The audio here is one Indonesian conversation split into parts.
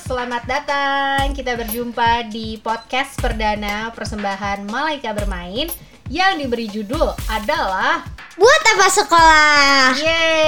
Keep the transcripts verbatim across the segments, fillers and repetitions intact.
selamat datang. Kita berjumpa di podcast perdana persembahan Malaika Bermain yang diberi judul adalah Buat Apa Sekolah.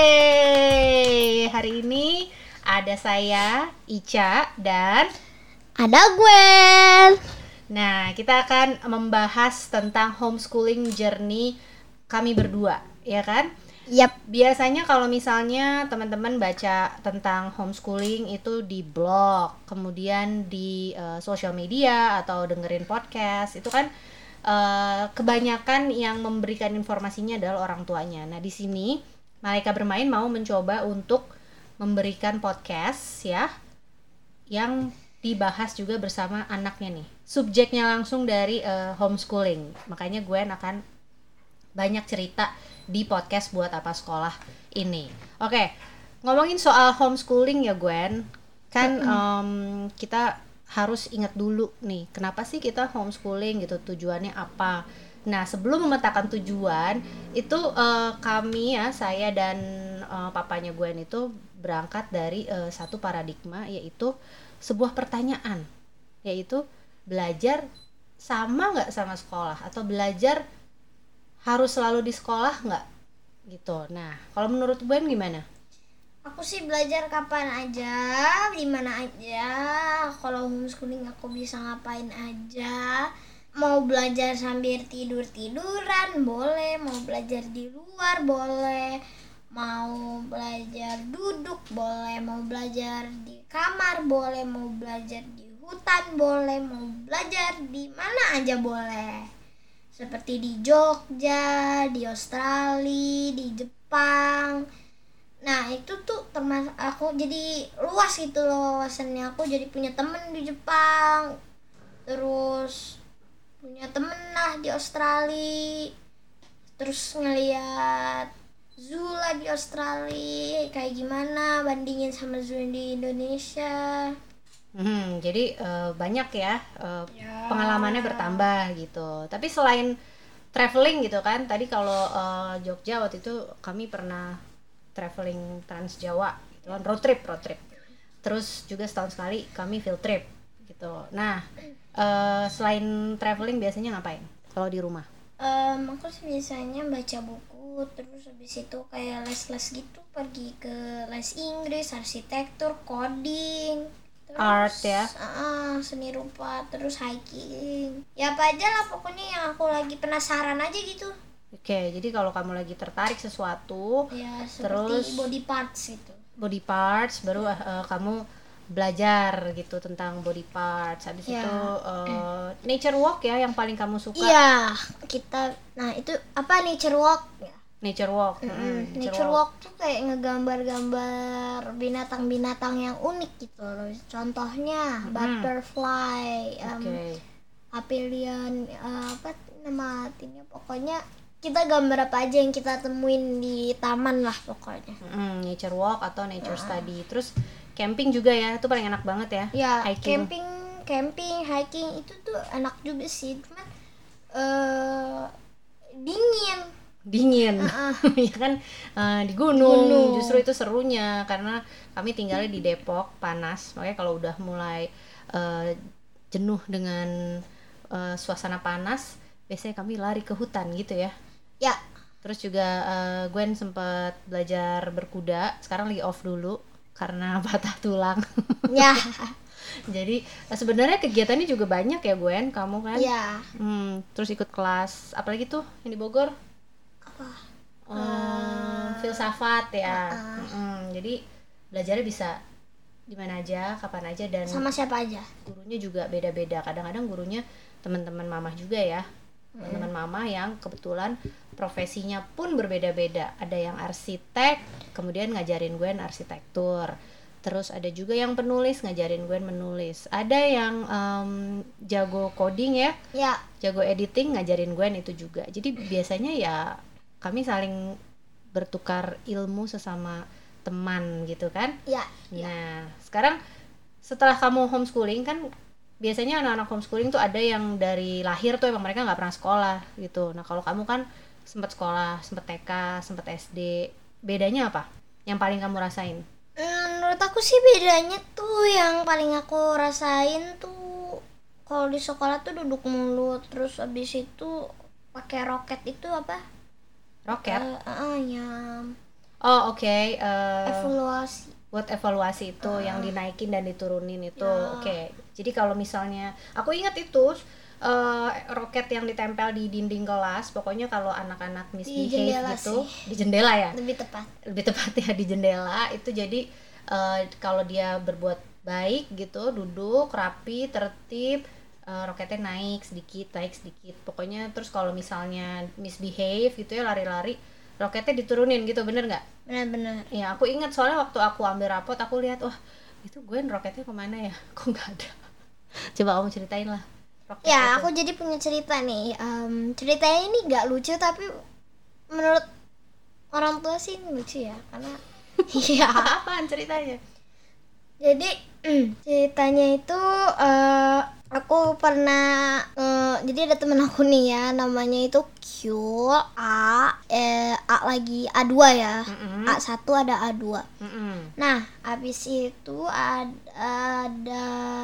Yeay. Hari ini ada saya, Ica, dan ada Gwen. Nah, kita akan membahas tentang homeschooling journey kami berdua, ya kan? Yap. Biasanya kalau misalnya teman-teman baca tentang homeschooling itu di blog, kemudian di uh, social media atau dengerin podcast, itu kan uh, kebanyakan yang memberikan informasinya adalah orang tuanya. Nah, di sini Malaika Bermain mau mencoba untuk memberikan podcast ya yang dibahas juga bersama anaknya nih. Subjeknya langsung dari uh, homeschooling. Makanya Gwen akan banyak cerita di podcast Buat Apa Sekolah ini. Oke, ngomongin soal homeschooling ya Gwen, kan um, kita harus ingat dulu nih, kenapa sih kita homeschooling gitu, tujuannya apa. Nah, sebelum memetakan tujuan, itu uh, kami ya, saya dan uh, papanya Gwen itu berangkat dari uh, satu paradigma, yaitu sebuah pertanyaan, yaitu belajar sama nggak sama sekolah, atau belajar harus selalu di sekolah nggak gitu. Nah, kalau menurut Gwen gimana? Aku sih belajar kapan aja, di mana aja. Kalau homeschooling aku bisa ngapain aja. Mau belajar sambil tidur-tiduran boleh, mau belajar di luar boleh, mau belajar duduk boleh, mau belajar di kamar boleh, mau belajar di hutan boleh, mau belajar di mana aja boleh. Seperti di Jogja, di Australia, di Jepang. Nah, itu tuh termasuk aku jadi luas gitu loh wawasannya. Aku jadi punya temen di Jepang, terus punya temen lah di Australia, terus ngeliat zoo lah di Australia kayak gimana bandingin sama zoo di Indonesia. Hmm, jadi uh, banyak ya, uh, Ya. pengalamannya bertambah gitu. Tapi selain traveling gitu kan, tadi kalau uh, Jogja waktu itu kami pernah traveling Trans Jawa gitu kan, road trip, road trip. Terus juga setahun sekali kami field trip gitu. Nah, uh, selain traveling biasanya ngapain kalau di rumah? Um, aku sih biasanya baca buku, terus habis itu kayak les-les gitu, pergi ke les Inggris, arsitektur, coding, terus, art ya, uh, seni rupa, terus hiking. Ya apa aja lah pokoknya yang aku lagi penasaran aja gitu. Oke, jadi kalau kamu lagi tertarik sesuatu, Ya seperti terus body parts gitu. body parts, baru uh, kamu belajar gitu tentang body parts. Habis Ya. itu uh, nature walk ya yang paling kamu suka. Iya, kita nah itu apa nature walk ya. Nature walk. Mm-mm. Mm-mm, Nature walk tuh kayak ngegambar-gambar binatang-binatang yang unik gitu loh. Contohnya Mm-mm. butterfly, um, Oke. papilion, uh, apa nama artinya, pokoknya kita gambar apa aja yang kita temuin di taman lah pokoknya. Mm-mm, nature walk atau nature study. Terus camping juga ya, itu paling enak banget ya. Ya, Hiking. camping, camping, hiking itu tuh enak juga sih, cuman uh, dingin. Dingin. Uh-uh. Ya kan, uh, di gunung. Gunung. Justru itu serunya karena kami tinggalnya di Depok, panas. Makanya kalau udah mulai uh, jenuh dengan uh, suasana panas, biasanya kami lari ke hutan gitu ya. Ya. Terus juga uh, Gwen sempat belajar berkuda. Sekarang lagi off dulu karena patah tulang. Ya. Jadi uh, sebenarnya kegiatannya juga banyak ya Gwen, kamu kan? Ya. Hmm, terus ikut kelas, apalagi tuh yang di Bogor? Apa? Um, filsafat ya. Uh-uh. Mm-mm. Jadi belajarnya bisa di mana aja, kapan aja, dan Sama siapa aja? gurunya juga beda-beda. Kadang-kadang gurunya teman-teman mamah juga ya. Teman-teman mamah yang kebetulan profesinya pun berbeda-beda. Ada yang arsitek, kemudian ngajarin Gwen arsitektur. Terus ada juga yang penulis, ngajarin Gwen menulis. Ada yang um, jago coding ya, Ya. jago editing, ngajarin Gwen itu juga. Jadi biasanya ya kami saling bertukar ilmu sesama teman gitu kan. Ya. Nah, sekarang setelah kamu homeschooling kan biasanya anak-anak homeschooling tuh ada yang dari lahir tuh emang mereka nggak pernah sekolah gitu. Nah, kalau kamu kan sempat sekolah, sempat T K, sempat S D. Bedanya apa? Yang paling kamu rasain? Menurut menurut aku sih bedanya tuh yang paling aku rasain tuh kalau di sekolah tuh duduk mulu, terus abis itu pakai roket itu apa? Roket? Uh, uh, yang Oh oke. Okay. Uh, evaluasi. Buat evaluasi itu uh. yang dinaikin dan diturunin itu. Ya. Oke. Okay. Jadi kalau misalnya, aku ingat itu uh, roket yang ditempel di dinding kelas. Pokoknya kalau anak-anak misbehave gitu sih. Di jendela ya. Lebih tepat. Lebih tepat ya di jendela itu. Jadi uh, kalau dia berbuat baik gitu, duduk rapi, tertib. Uh, roketnya naik sedikit, naik sedikit. Pokoknya terus kalau misalnya misbehave gitu ya, lari-lari, roketnya diturunin gitu, bener nggak? Bener-bener. Ya aku ingat soalnya waktu aku ambil rapot aku lihat, wah itu gue roketnya kemana ya? Kok nggak ada? Coba kamu ceritain lah. Ya itu. Aku jadi punya cerita nih. Um, ceritanya ini nggak lucu tapi menurut orang tua sih ini lucu ya, karena iya. Apaan ceritanya? Jadi ceritanya itu uh, aku pernah uh, jadi ada temen aku nih ya, namanya itu Q A eh, A lagi A dua ya. Mm-hmm. A satu ada A dua. Mm-hmm. Nah habis itu ada, ada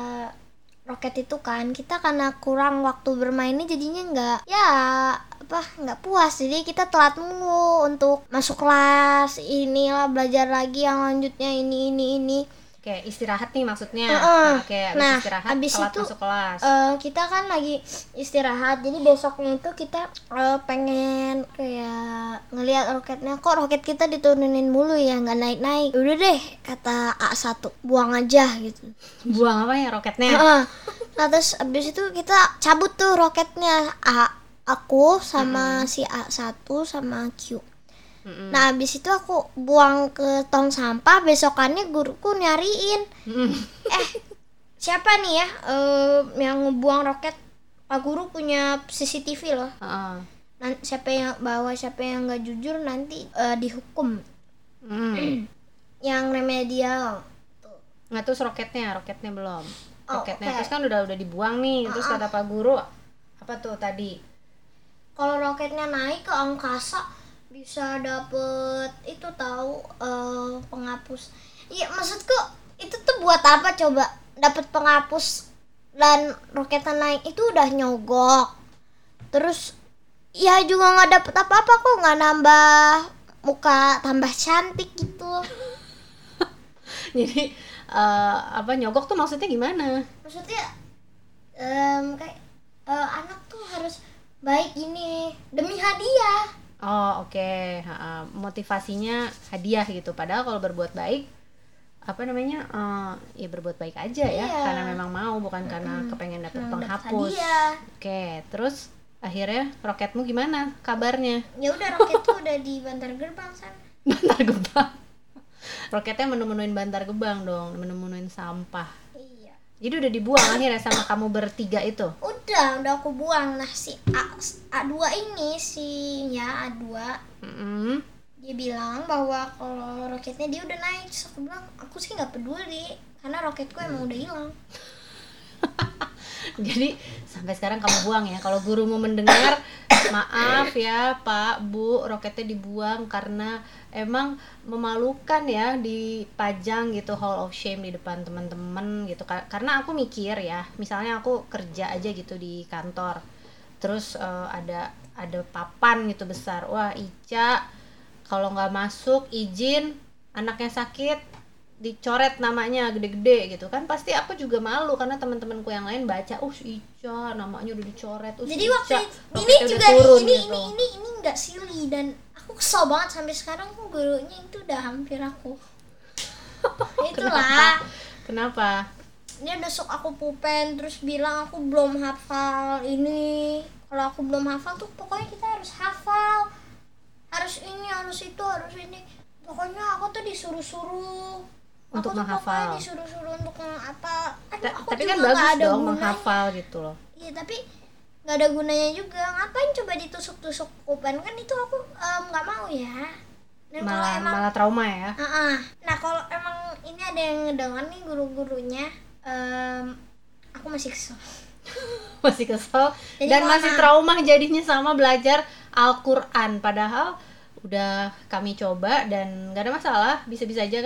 roket itu kan, kita karena kurang waktu bermainnya jadinya nggak ya apa nggak puas, jadi kita telat mulu untuk masuk kelas, inilah belajar lagi yang lanjutnya ini ini ini. Oke, istirahat nih maksudnya. Uh-uh. Oke, abis nah, istirahat abis telat itu, masuk kelas. Uh, kita kan lagi istirahat, jadi besoknya itu kita uh, pengen kayak ngelihat roketnya, kok roket kita diturunin mulu ya, nggak naik-naik. Udah deh, kata A satu, buang aja gitu. Buang apa ya roketnya? Uh-uh. Nah terus abis itu kita cabut tuh roketnya, A, aku sama mm-hmm. si A satu sama Q. Mm-mm. Nah abis itu aku buang ke tong sampah, besokannya guruku nyariin. Mm. Eh siapa nih ya uh, yang ngebuang roket? Pak guru punya C C T V loh. Uh-uh. Nanti siapa yang bawa, siapa yang nggak jujur nanti uh, dihukum. Mm. Yang remedial. Nggak, terus roketnya, roketnya belum. Roketnya oh, okay. Terus kan udah udah dibuang nih. Uh-uh. Terus kata Pak guru apa tuh tadi? Kalau roketnya naik ke angkasa bisa dapet itu tahu uh, penghapus. Iya maksudku itu tuh buat apa coba dapet penghapus dan roketnya naik itu udah nyogok. Terus ya juga nggak dapet apa-apa kok, nggak nambah muka tambah cantik gitu. Jadi uh, apa nyogok tuh maksudnya gimana? Maksudnya um, kayak uh, anak tuh harus baik ini demi hadiah. Oh oke, okay. Motivasinya hadiah gitu. Padahal kalau berbuat baik, apa namanya, uh, ya berbuat baik aja ya, iya. Karena memang mau, bukan karena mm-hmm. kepengen dapet hmm, penghapus. Oke, okay. Terus akhirnya roketmu gimana kabarnya? Ya udah roketku udah di Bantar Gebang sana. Bantar Gebang. Roketnya menu-menuin Bantar Gebang dong, menu-menuin sampah. Iya. Jadi udah dibuang akhirnya sama kamu bertiga itu? Udah, udah aku buang. Nah si A, A dua ini, si ya A dua mm-hmm. dia bilang bahwa kalau roketnya dia udah naik. Terus aku bilang, aku sih gak peduli karena roketku emang udah hilang. Jadi sampai sekarang kamu buang ya. Kalau gurumu mendengar, maaf ya Pak, Bu, roketnya dibuang karena emang memalukan ya dipajang gitu Hall of Shame di depan teman-teman gitu. Karena aku mikir ya, misalnya aku kerja aja gitu di kantor, terus uh, ada ada papan gitu besar, wah Ica kalau nggak masuk izin, anaknya sakit, dicoret namanya gede-gede gitu kan, pasti aku juga malu karena teman-temanku yang lain baca, uh Ica namanya udah dicoret. Uh, jadi Ica, waktu ini juga turun, ini, gitu. ini ini ini nggak silly dan aku kesel banget sampai sekarang. Kok gurunya itu udah hampir aku itulah kenapa dia besok aku pulpen terus bilang aku belum hafal ini. Kalau aku belum hafal tuh pokoknya kita harus hafal, harus ini, harus itu, harus ini. Pokoknya aku tuh disuruh-suruh untuk aku menghafal. Tuh disuruh-suruh untuk apa? Aduh, Ta- aku tapi juga kan bagus ada dong gunanya. menghafal gitu loh. Iya tapi nggak ada gunanya juga. Ngapain coba ditusuk-tusuk pulpen, kan itu aku nggak um, mau ya. Dan malah, emang, malah trauma ya. Uh-uh. Nah kalau emang ini ada yang ngedengar nih guru-gurunya, um, aku masih kesel. Masih kesel. Jadi dan masih mana? Trauma jadinya sama belajar Al-Quran. Padahal udah kami coba dan gak ada masalah, bisa-bisa aja kan.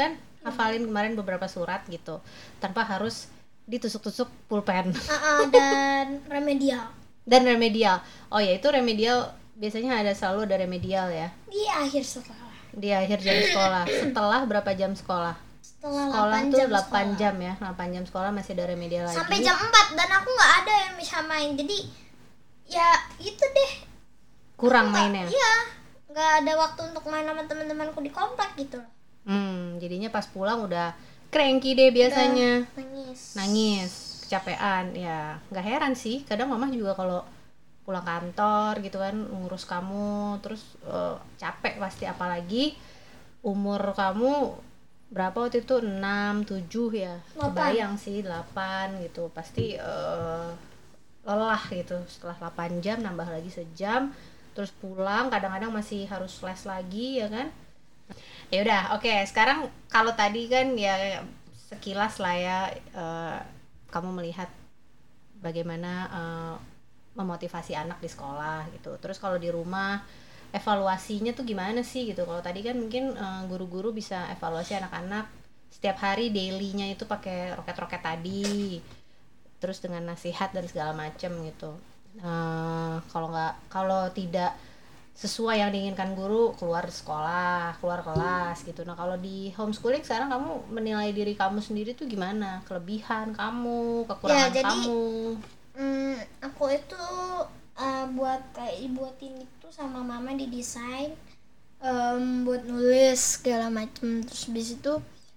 hafalin kemarin beberapa surat gitu tanpa harus ditusuk-tusuk pulpen. Uh-uh, dan remedial. Dan remedial. Oh ya, itu remedial biasanya ada selalu ada remedial ya. Di akhir sekolah. Di akhir jam sekolah. Setelah berapa jam sekolah? Setelah Sekolah delapan tuh jam delapan sekolah. jam ya. delapan jam sekolah masih ada remedial lagi. Sampai jam empat dan aku nggak ada yang bisa main. Jadi ya itu deh. Kurang Aku nggak- mainnya. Iya. Nggak ada waktu untuk main sama teman-temanku di komplek gitu. Hmm, jadinya pas pulang udah cranky deh biasanya. Udah nangis. Nangis, kecapean. Ya, nggak heran sih. Kadang mama juga kalau pulang kantor gitu kan ngurus kamu terus eh, capek pasti, apalagi umur kamu berapa waktu itu, enam, tujuh ya, Delapan. kebayang sih delapan gitu, pasti eh, lelah gitu setelah delapan jam nambah lagi sejam terus pulang, kadang-kadang masih harus les lagi ya kan. Ya udah, oke, sekarang kalau tadi kan ya sekilas lah ya eh, kamu melihat bagaimana eh, memotivasi anak di sekolah gitu. Terus kalau di rumah evaluasinya tuh gimana sih gitu. Kalau tadi kan mungkin uh, guru-guru bisa evaluasi anak-anak setiap hari daily-nya itu pakai roket-roket tadi. Terus dengan nasihat dan segala macam gitu. Uh, kalau nggak kalau tidak sesuai yang diinginkan guru, keluar sekolah, keluar kelas gitu. Nah, kalau di homeschooling sekarang kamu menilai diri kamu sendiri tuh gimana? Kelebihan kamu, kekurangan Ya, jadi, kamu. Hmm, aku itu uh, buat kayak buatin itu sama mama didesain um, buat nulis segala macem. Terus habis itu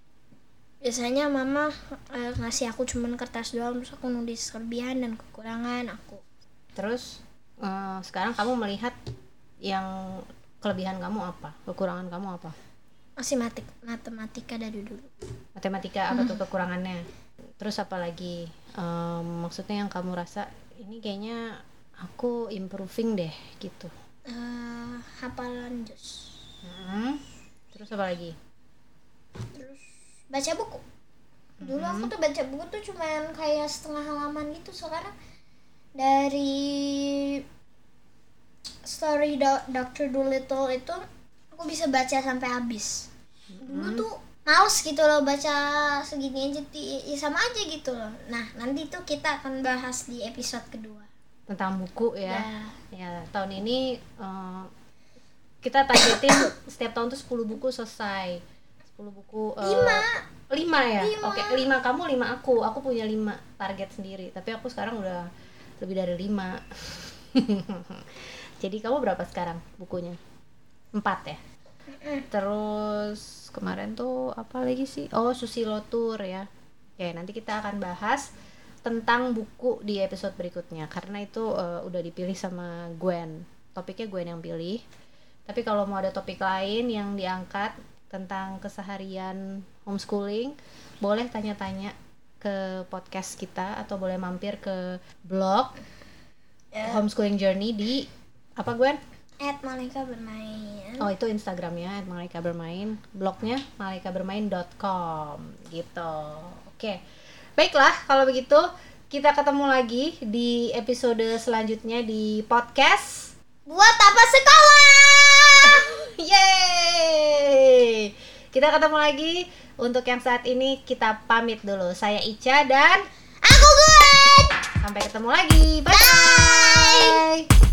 biasanya mama uh, ngasih aku cuman kertas doang, terus aku nulis kelebihan dan kekurangan aku. Terus uh, sekarang kamu melihat yang kelebihan kamu apa, kekurangan kamu apa? Masih matik, matematika dari dulu. Matematika apa tuh kekurangannya? Terus apa lagi? Um, maksudnya yang kamu rasa ini kayaknya aku improving deh gitu. Uh, hafalan jus. Hmm. Terus apa lagi? Terus baca buku. Dulu aku tuh baca buku tuh cuman kayak setengah halaman gitu. Sekarang dari story Do- dokter Dolittle itu aku bisa baca sampai habis. Dulu tuh males gitu loh baca segini aja, ya sama aja gitu loh. Nah, nanti tuh kita akan bahas di episode kedua tentang buku ya. ya. Ya, tahun ini uh, kita targetin setiap tahun tuh sepuluh buku selesai. sepuluh buku uh, Lima. lima ya? Lima. Oke, lima kamu, lima aku. Aku punya lima target sendiri. Tapi aku sekarang udah lebih dari lima. Jadi kamu berapa sekarang bukunya? Empat ya? Terus kemarin tuh apa lagi sih? Oh, Susilo Tour ya. Oke, nanti kita akan bahas tentang buku di episode berikutnya karena itu uh, udah dipilih sama Gwen. Topiknya Gwen yang pilih. Tapi kalau mau ada topik lain yang diangkat tentang keseharian homeschooling, boleh tanya-tanya ke podcast kita atau boleh mampir ke blog Ya. Homeschooling Journey di apa Gwen? At Malika Bermain. Oh, itu Instagramnya at Malika Bermain, blognya malika bermain dot com gitu. Oke, baiklah kalau begitu kita ketemu lagi di episode selanjutnya di podcast Buat apa sekolah? Yeay! Kita ketemu lagi. Untuk yang saat ini kita pamit dulu. Saya Ica dan Aku Gwen. sampai ketemu lagi. Bye bye.